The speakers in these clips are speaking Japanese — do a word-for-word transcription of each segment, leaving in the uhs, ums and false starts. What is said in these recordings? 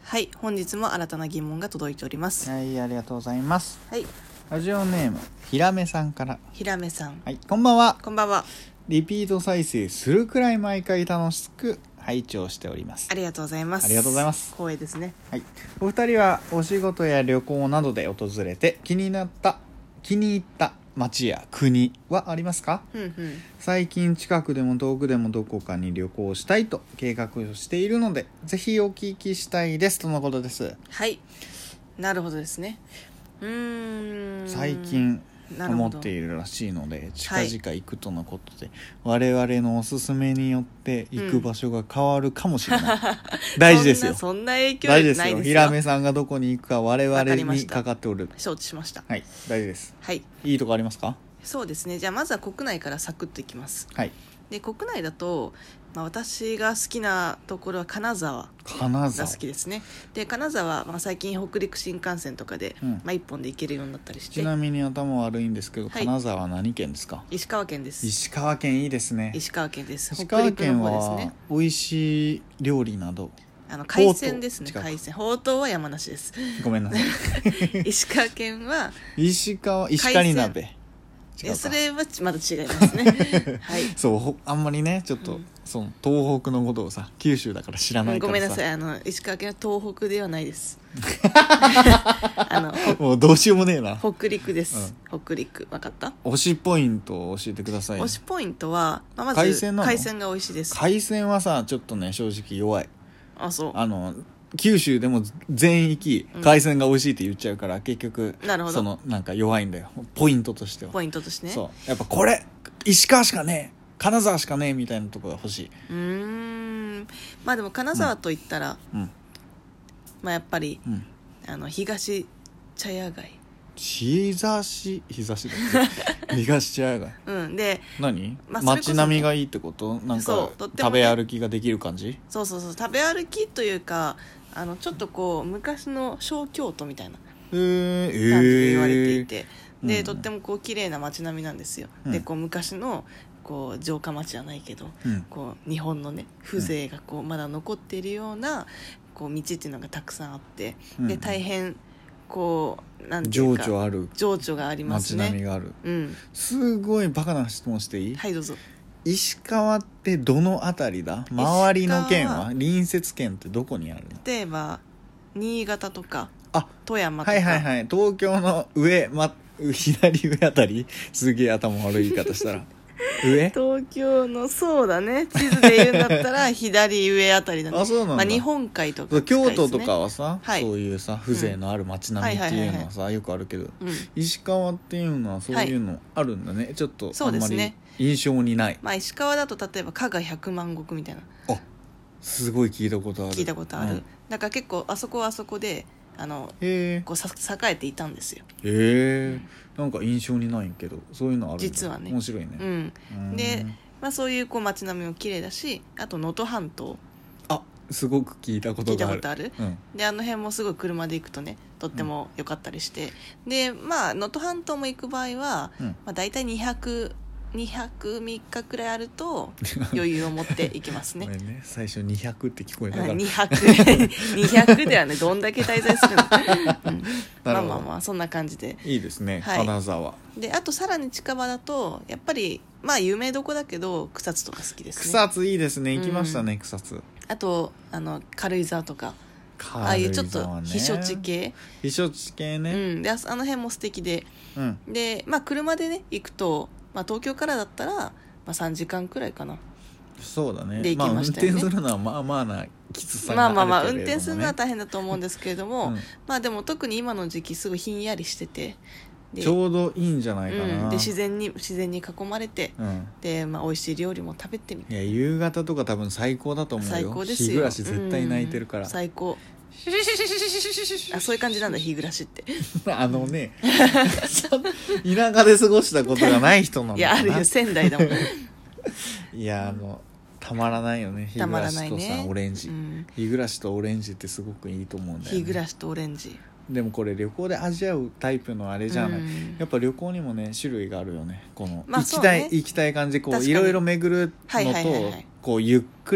はい、本日も新たな疑問が届いております。 はい、ありがとうございます。 はい、 ラジオネームひらめさんから。 ひらめさん、 はい、こんばんは。 こんばんは。 リピート再生するくらい毎回楽しく拝聴しております。 ありがとうございます。 ありがとうございます。 光栄ですね。 はい、お二人はお仕事や旅行などで訪れて気になった気に入った町や国はありますか？ うんうん。 最近近くでも遠くでもどこかに旅行したいと計画をしているので、ぜひお聞きしたいですとのことです。 はい、なるほどですね。うーん、 最近思っているらしいので、近々行くとのことで、はい、我々のおすすめによって行く場所が変わるかもしれない、うん、大事ですよ。 そんな、そんな影響ないですよ。 ひらめさんがどこに行くか我々にかかっておる。 承知しました。 はい、大事です。 はい、 いいとこありますか？ そうですね。じゃあまずは国内からサクッといきます。 はい。 で国内だと、まあ、私が好きなところは金沢が好きですね。で金沢、まあ、最近北陸新幹線とかで、うんまあ、一本で行けるようになったりして。 ちなみに頭悪いんですけど、はい、金沢は何県ですか？ 石川県です。 石川県いいですね。 石川県です。 石川県は美味しい料理など、 あの海鮮ですね。海鮮、ほうとうは山梨です。 ごめんなさい石川県は石川石狩鍋。 いやそれはまだ違いますね。はい。 そうあんまりねちょっと、うん、その東北のことをさ九州だから知らないからさ、 ごめんなさい、あの石川県は東北ではないです。 あのもうどうしようもねえな。 北陸です、うん、北陸分かった？ 推しポイントを教えてください、ね。 推しポイントは、まあ、まず海鮮なの？ 海鮮が美味しいです。 海鮮はさちょっとね正直弱い。 あ、そう。 あの九州でも全域海鮮が美味しいって言っちゃうから、うん、結局なるほど、 そのなんか弱いんだよポイントとしては。 ポイントとしてね。 そうやっぱこれ石川しかねえ金沢しかねえみたいなところが欲しい。 うーん、まあでも金沢といったら、うん、まあやっぱり、うん、あの東茶屋街。 日差し日差しだって東茶屋街。うんで何、まあ、街並みがいいってこと？なんか、ね、食べ歩きができる感じ？ そうそうそう、食べ歩きというか、あのちょっとこう昔の小京都みたいな感じで言われていて、えー、で、うん、とってもこう綺麗な街並みなんですよ、うん、でこう昔のこう城下町じゃないけど、うん、こう日本のね風情がこうまだ残っているようなこう道っていうのがたくさんあって、うん、で大変こうなんていうか情緒ある情緒がありますね。 街並みがある、 うん、 すごいバカな質問していい？ はいどうぞ。 石川ってどのあたりだ？周りの県は隣接県ってどこにあるの？ 例えば新潟とかあ富山とか。 はいはいはい、東京の上、ま、左上あたり。すげえ頭悪い言い方したら上？ 東京のそうだね、地図で言うんだったら左上あたりだね。 あ、そうなんだ。 まあ、日本海とか、ね、 京都とかはさ、 はい、 そういうさ風情のある街並みっていうのはさ、よくあるけど、うん、石川っていうのはそういうのあるんだね、はい、ちょっとあんまり印象にない、ね。 まあ、石川だと例えば加賀百万石みたいな、 あ、すごい聞いたことある。 聞いたことある、うん、だから結構あそこはあそこであのこうさ栄えていたんですよ。 へえ、うん、なんか印象にないけどそういうのあるんだ。 実はね面白いね、 うん、うんで、まあ、そういうこう街並みも綺麗だし、あと能登半島、 あ、すごく聞いたことがある。 聞いたことある、うん、であの辺もすごい車で行くとねとっても良かったりして、うん、でまあ能登半島も行く場合は、うん、まあ、大体にひゃくにひゃくみっかくらいあると余裕を持っていきますね。 ごめんね、最初にひゃくって聞こえたからにひゃく にひゃくではねどんだけ滞在するの、うん、まあまあまあそんな感じでいいですね、はい、金沢で、あとさらに近場だとやっぱりまあ有名どこだけど草津とか好きですね。 草津いいですね、行きましたね、うん、草津。 あとあの軽井沢とか、ああいうちょっと避暑地系避暑地系ね、 うん、であの辺も素敵で、うん、でまあ車でね行くと、まあ、東京からだったら、まあ、さんじかんくらいかな。 そうだね。 で行きましたよね。 まあ、運転するのはまあまあなきつさがあるけれども、ね、 まあまあまあ運転するのは大変だと思うんですけれども、うん、まあでも特に今の時期すごいひんやりしてて、 ちょうどいいんじゃないかな、 うん、で自然に自然に囲まれて、うん、でまあ美味しい料理も食べてみて、 いや夕方とか多分最高だと思うよ。 最高ですよ。 日暮らし絶対泣いてるから、 うん、最高。あ、そういう感じなんだ日暮らしってあのね田舎で過ごしたことがない人なのかな。 いやあるよ、仙台だもんいやあのたまらないよね、日暮らしとさ、ね、オレンジ、うん、日暮らしとオレンジってすごくいいと思うんだよね。 日暮らしとオレンジでもこれ旅行で味わうタイプのあれじゃない、うん、やっぱ旅行にもね種類があるよね。この、まあ、行きたい、ね、行きたい感じこういろいろ巡るのと、はいはいはいはい、こうゆっくり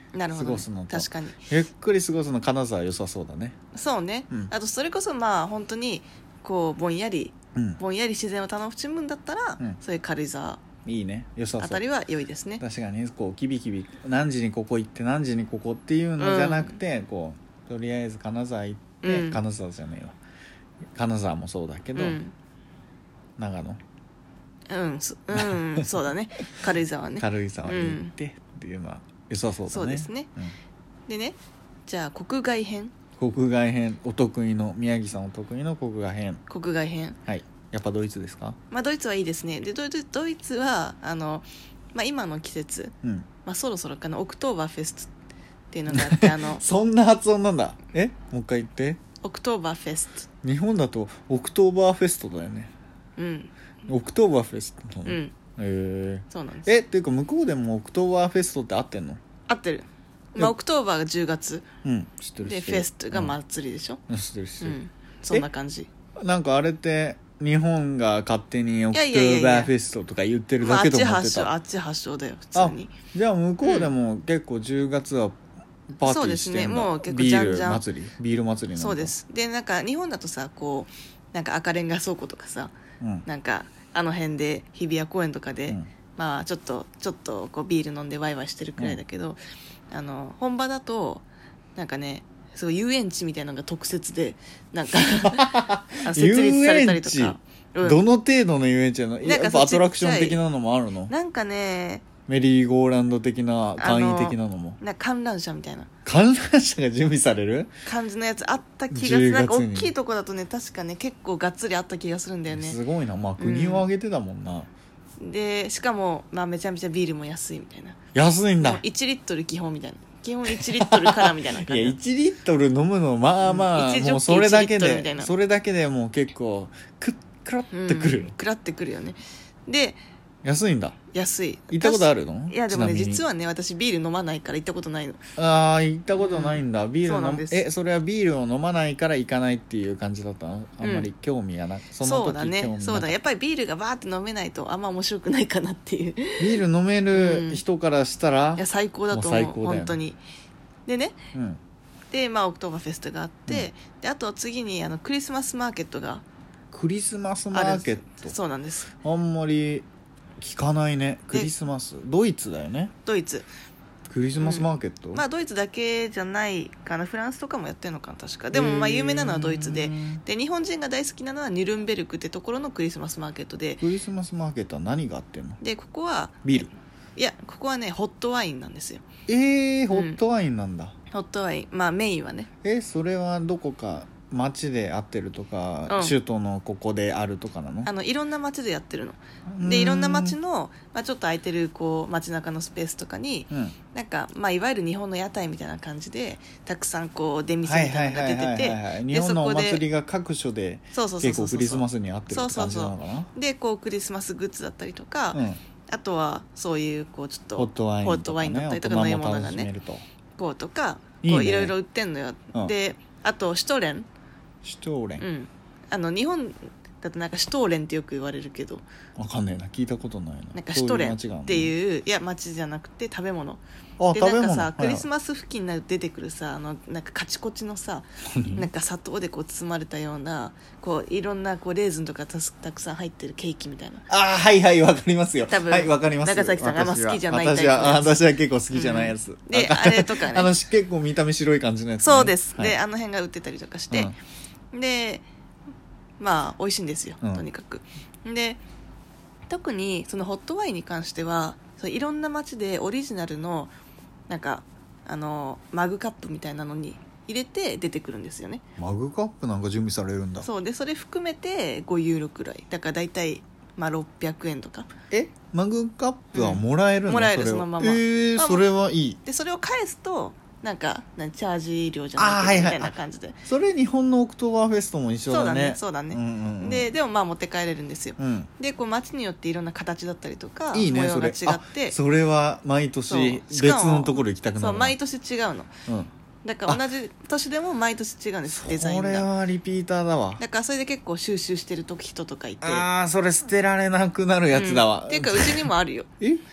なるほど、ね、 過ごすのと確かにゆっくり過ごすの金沢良さそうだね。 そうね、 うん、 あとそれこそまあ本当にこうぼんやり、 うん、 ぼんやり自然を楽しむんだったら、うん、そういう軽井沢いいね、良さそう。 あたりは良いですね。 確かにこうキビキビ何時にここ行って何時にここっていうのじゃなくて、うん、こうとりあえず金沢行って、うん、金沢じゃねえわ金沢もそうだけど、うん、長野うんそ、うん、そうだね軽井沢ね軽井沢に行ってっていうのは良さそうだね。 そうですね、うん、でねじゃあ国外編国外編お得意の宮城さんお得意の国外編国外編はいやっぱドイツですか。 まあドイツはいいですね。でドイツ、ドイツはあの、まあ、今の季節、うんまあ、そろそろかなオクトーバーフェストっていうのがあってあのそんな発音なんだ。えもう一回言って。 オクトーバーフェスト。 日本だとオクトーバーフェストだよね。うんオクトーバーフェスト。うんへえそうなんです。 えっていうか向こうでもオクトーバーフェストって合ってんの。 合ってる。まあオクトーバーがじゅうがつ、 うん、知ってるでフェストが祭りでしょ、 うん、知ってる知ってる、うん、 そんな感じ。 なんかあれって日本が勝手にオクトーバーフェストとか言ってるだけと思ってた。 まあ、あっち発祥だよ普通に。 じゃあ向こうでも結構じゅうがつはパーティーしてんだ。そうですねもう結構じゃんじゃんビール祭りビール祭りなんだ。 そうです。でなんか日本だとさこうなんか赤レンガ倉庫とかさ、うん、なんかあの辺で日比谷公園とかで、うん、まあちょっとちょっとこうビール飲んでワイワイしてるくらいだけど、うん、あの本場だとなんかねすごい遊園地みたいなのが特設でなんか設立されたりとか、 うん、どの程度の遊園地なの。やっぱアトラクション的なのもあるの。 なんかねメリーゴーランド的な簡易的なのもなんか観覧車みたいな観覧車が準備される感じのやつあった気がする。なんか大きいとこだとね確かね結構がっつりあった気がするんだよね。 すごいな。まあ国を挙げてたもんな、 うん、でしかも、まあ、めちゃめちゃビールも安いみたいな。 安いんだ。 いちリットル基本みたいな基本いちリットルからみたいな感じ。 いやいちリットル飲むのまあまあ、うん、もうそれだけでそれだけでもう結構クックラってくる、 うん、クラってくるよね。で安いんだ。 安い。 行ったことあるの。 いやでもね実はね私ビール飲まないから行ったことないの。 ああ行ったことないんだ、うん、ビール飲む。 そえそれはビールを飲まないから行かないっていう感じだったの。あんまり興味がな、うん、 その時そうだねそうだやっぱりビールがバーって飲めないとあんま面白くないかなっていう。 ビール飲める人からしたら、 うん、いや最高だと思う。本当に。でね、うん、でまあオクトーバーフェストがあって、うん、であと次にあのクリスマスマーケットがクリスマスマーケット。 そうなんです。 あんまり聞かないね。クリスマスドイツだよね。 ドイツクリスマスマーケット、 うん、まあドイツだけじゃないかな。フランスとかもやってるのかな確か。でもまあ有名なのはドイツで、で日本人が大好きなのはニュルンベルクってところのクリスマスマーケットで。 クリスマスマーケットは何があってんの。 でここはビール。 いやここはねホットワインなんですよ。 えー、ホットワインなんだ、うん、 ホットワインまあメインはね。 えそれはどこか街で会ってるとか、うん、首都のここであるとかなの。 あのいろんな街でやってるのでいろんな街の、まあ、ちょっと空いてるこう街中のスペースとかに、うん、なんか、まあ、いわゆる日本の屋台みたいな感じでたくさんこう出店みたいなのが出てて日本のお祭りが各所で結構クリスマスに合ってるって感じなのかな。 でこうクリスマスグッズだったりとか、うん、あとはそういうこうちょっとホットワインとか、ね、ホットワインだったりとか飲み物がねこうとかこういろいろ売ってんのよ、うん、であとシュトレンシュトーレン、 うん、あの日本だとなんかシュトーレンってよく言われるけどわかんないな聞いたことないな。 なんかシュトレンっていういや町じゃなくて食べ物あでなんかさクリスマス付近に出てくるさあのなんかカチコチのさなんか砂糖でこう包まれたようなこういろんなこうレーズンとかたたくさん入ってるケーキみたいな。 ああはいはいわかりますよ。 多分はいわかります。 長崎さんがあんま好きじゃないタイプ私は私は結構好きじゃないやつ、うん、 であれとかねあの結構見た目白い感じのやつ、ね、 そうです、 はい、 であの辺が売ってたりとかして、うん、でまあ美味しいんですよ、うん、とにかく。で特にそのホットワインに関してはそういろんな街でオリジナルのなんかあのマグカップみたいなのに入れて出てくるんですよね。 マグカップなんか準備されるんだ。 そうでそれ含めてごユーロくらいだからだいたいまあろっぴゃくえんとか。 えマグカップはもらえるの、うん、 もらえるそのまま。 えー、それはいい。 でそれを返すとなんか何チャージ料じゃないけどみたいな感じで、はいはい、 それ日本のオクトーバーフェストも一緒だね。 そうだねそうだね、 うんうんうん、 ででもまあ持って帰れるんですよ、うん、でこう街によっていろんな形だったりとかいい、ね、 模様が違ってそれは毎年別のところ行きたくなる。 そう毎年違うの、うん、だから同じ年でも毎年違うんですデザインが。 それはリピーターだわ。 だからそれで結構収集してる人とかいてああそれ捨てられなくなるやつだわ、 うん、っていうかうちにもあるよえ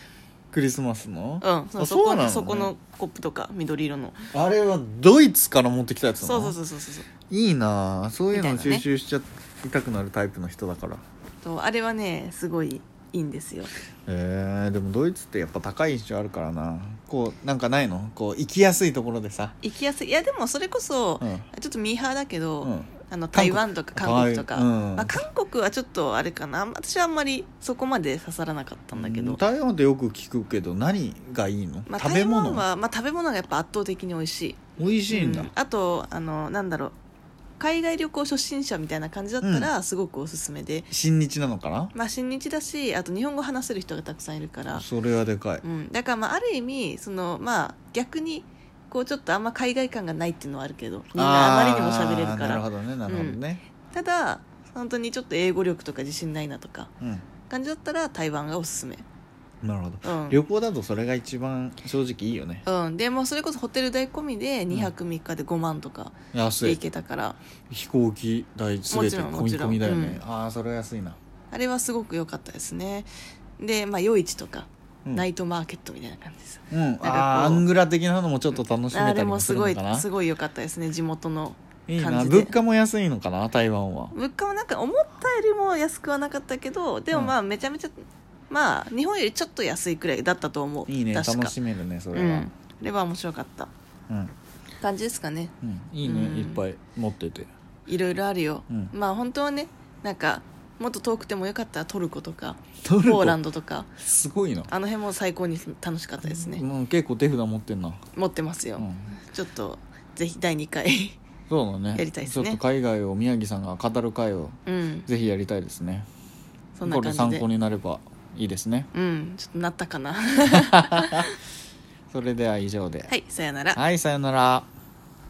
クリスマスのうんそあそこそうなのねそこのコップとか緑色のあれはドイツから持ってきたやつなそうのそうそうそうそういいなあそういうのみたいなね収集しちゃいたくなるタイプの人だからとあれはねすごいいいんですよ。 えー、でもドイツってやっぱ高い印象あるからなこうなんかないのこう行きやすいところでさ、 行きやすいいやでもそれこそ、 うんちょっとミーハーだけど、 うんあの台湾とか韓国とか、 台うんまあ、韓国はちょっとあれかな私はあんまりそこまで刺さらなかったんだけど、 台湾ってよく聞くけど何がいいの、 まあ、 食べ物台湾は、まあ、食べ物がやっぱ圧倒的に美味しい。 美味しいんだ、 うんあとあのなんだろう海外旅行初心者みたいな感じだったらすごくおすすめで、 親日なのかなまあ親日だしあと日本語話せる人がたくさんいるから、 それはでかい、 うん、だからまあある意味そのまあ逆にこうちょっとあんま海外感がないっていうのはあるけどみんなあまりにも喋れるからあーなるほどねなるほどね、 ただ本当にちょっと英語力とか自信ないなとかうん感じだったら台湾がおすすめ。 なるほど、 うん旅行だとそれが一番正直いいよね、 うん、でもそれこそホテル代込みでにはくみっかでごまんとか安いで行けたから、 飛行機代全てもちろん込み込みだよね、 もちああそれは安いな、 あれはすごく良かったですね。で、まあ、夜市とか、 うんナイトマーケットみたいな感じです。 うんかこうあーアングラ的なのもちょっと楽しめあたりもすれもすごいるのかなすごい良かったですね地元のいいな感じで。 物価も安いのかな台湾は物価もなんか思ったよりも安くはなかったけどでもまあめちゃめちゃ、まあ日本よりちょっと安いくらいだったと思う。 いいね確か楽しめるねそれは、 うん、あれは面白かったうん感じですかね。 うんいいね、 うんいっぱい持ってていろいろあるよ、 うんまあ本当はねなんかもっと遠くてもよかったらトルコとかトルコポーランドとかすごいな、 あの辺も最高に楽しかったですね、 うん、結構手札持ってんな、 持ってますよ、 うん、 ちょっとぜひだいにかいそうだねやりたいですねちょっと海外を宮城さんが語る会をうんぜひやりたいですねそんなこれ感じで参考になればいいですねうんちょっとなったかなそれでは以上ではいさよなら。 はいさよなら。